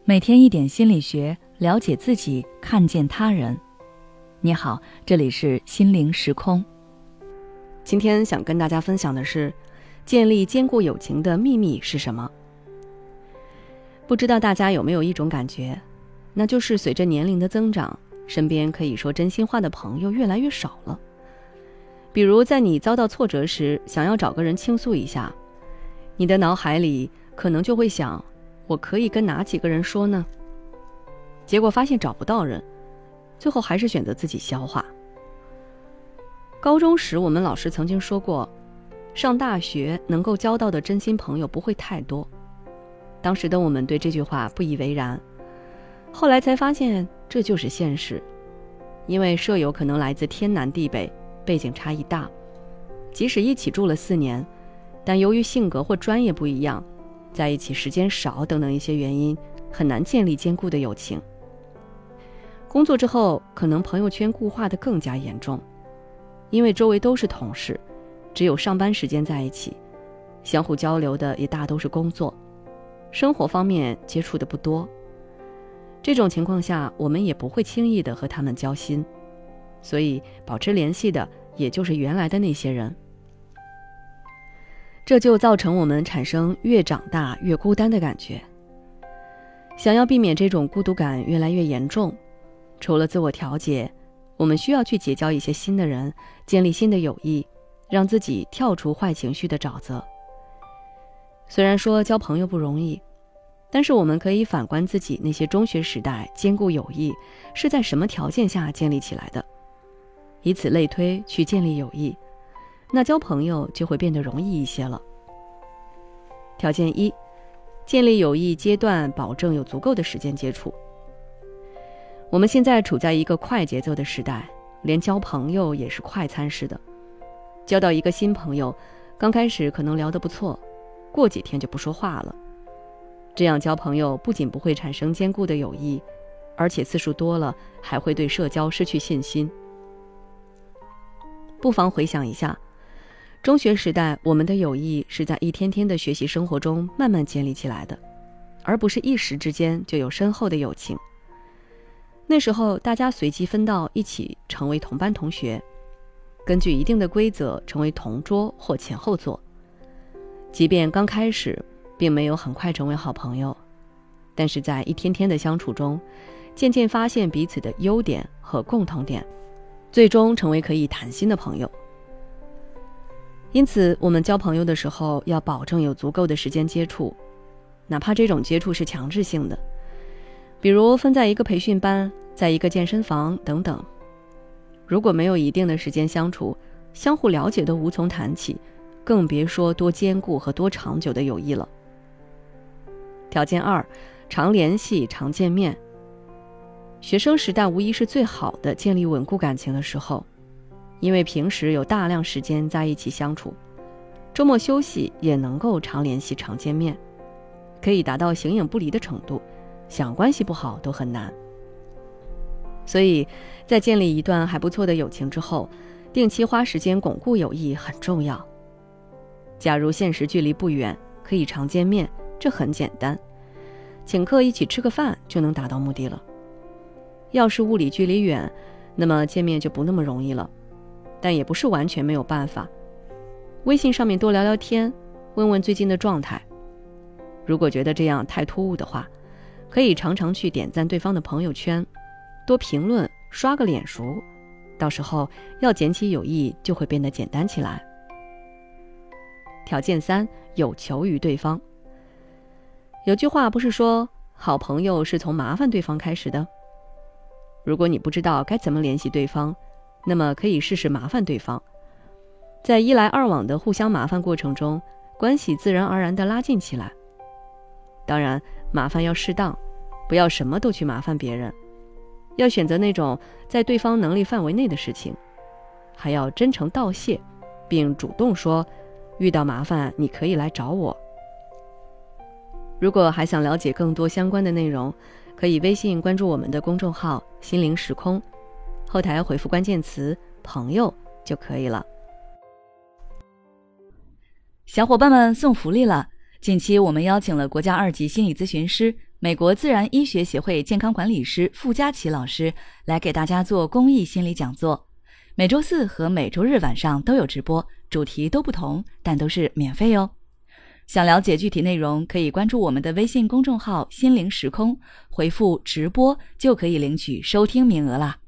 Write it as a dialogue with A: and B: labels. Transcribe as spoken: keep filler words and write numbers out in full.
A: 每天一点心理学，了解自己，看见他人。你好，这里是心灵时空。
B: 今天想跟大家分享的是，建立坚固友情的秘密是什么？不知道大家有没有一种感觉，那就是随着年龄的增长，身边可以说真心话的朋友越来越少了。比如在你遭到挫折时，想要找个人倾诉一下，你的脑海里可能就会想，我可以跟哪几个人说呢？结果发现找不到人，最后还是选择自己消化。高中时我们老师曾经说过，上大学能够交到的真心朋友不会太多。当时的我们对这句话不以为然，后来才发现这就是现实。因为舍友可能来自天南地北，背景差异大，即使一起住了四年，但由于性格或专业不一样，在一起时间少等等一些原因，很难建立坚固的友情。工作之后，可能朋友圈固化的更加严重，因为周围都是同事，只有上班时间在一起，相互交流的也大都是工作，生活方面接触的不多。这种情况下，我们也不会轻易的和他们交心，所以保持联系的也就是原来的那些人。这就造成我们产生越长大越孤单的感觉。想要避免这种孤独感越来越严重，除了自我调节，我们需要去结交一些新的人，建立新的友谊，让自己跳出坏情绪的沼泽。虽然说交朋友不容易，但是我们可以反观自己那些中学时代坚固友谊是在什么条件下建立起来的，以此类推去建立友谊，那交朋友就会变得容易一些了。条件一，建立友谊阶段保证有足够的时间接触。我们现在处在一个快节奏的时代，连交朋友也是快餐式的。交到一个新朋友，刚开始可能聊得不错，过几天就不说话了。这样交朋友不仅不会产生坚固的友谊，而且次数多了还会对社交失去信心。不妨回想一下，中学时代我们的友谊是在一天天的学习生活中慢慢建立起来的，而不是一时之间就有深厚的友情。那时候大家随机分到一起成为同班同学，根据一定的规则成为同桌或前后座。即便刚开始并没有很快成为好朋友，但是在一天天的相处中，渐渐发现彼此的优点和共同点，最终成为可以谈心的朋友。因此我们交朋友的时候要保证有足够的时间接触，哪怕这种接触是强制性的，比如分在一个培训班，在一个健身房等等。如果没有一定的时间相处，相互了解都无从谈起，更别说多坚固和多长久的友谊了。条件二，常联系常见面。学生时代无疑是最好的建立稳固感情的时候，因为平时有大量时间在一起相处，周末休息也能够常联系常见面，可以达到形影不离的程度，想关系不好都很难。所以在建立一段还不错的友情之后，定期花时间巩固友谊很重要。假如现实距离不远，可以常见面，这很简单，请客一起吃个饭就能达到目的了。要是物理距离远，那么见面就不那么容易了，但也不是完全没有办法。微信上面多聊聊天，问问最近的状态。如果觉得这样太突兀的话，可以常常去点赞对方的朋友圈，多评论，刷个脸熟，到时候要捡起友谊就会变得简单起来。条件三，有求于对方。有句话不是说，好朋友是从麻烦对方开始的？如果你不知道该怎么联系对方，那么可以试试麻烦对方。在一来二往的互相麻烦过程中，关系自然而然地拉近起来。当然，麻烦要适当，不要什么都去麻烦别人，要选择那种在对方能力范围内的事情，还要真诚道谢，并主动说，遇到麻烦你可以来找我。如果还想了解更多相关的内容，可以微信关注我们的公众号心灵时空，后台回复关键词朋友就可以了。
A: 小伙伴们送福利了，近期我们邀请了国家二级心理咨询师、 美国自然医学协会健康管理师傅佳琪老师来给大家做公益心理讲座，每周四和每周日晚上都有直播，主题都不同，但都是免费哦。想了解具体内容，可以关注我们的微信公众号心灵时空，回复直播就可以领取收听名额啦。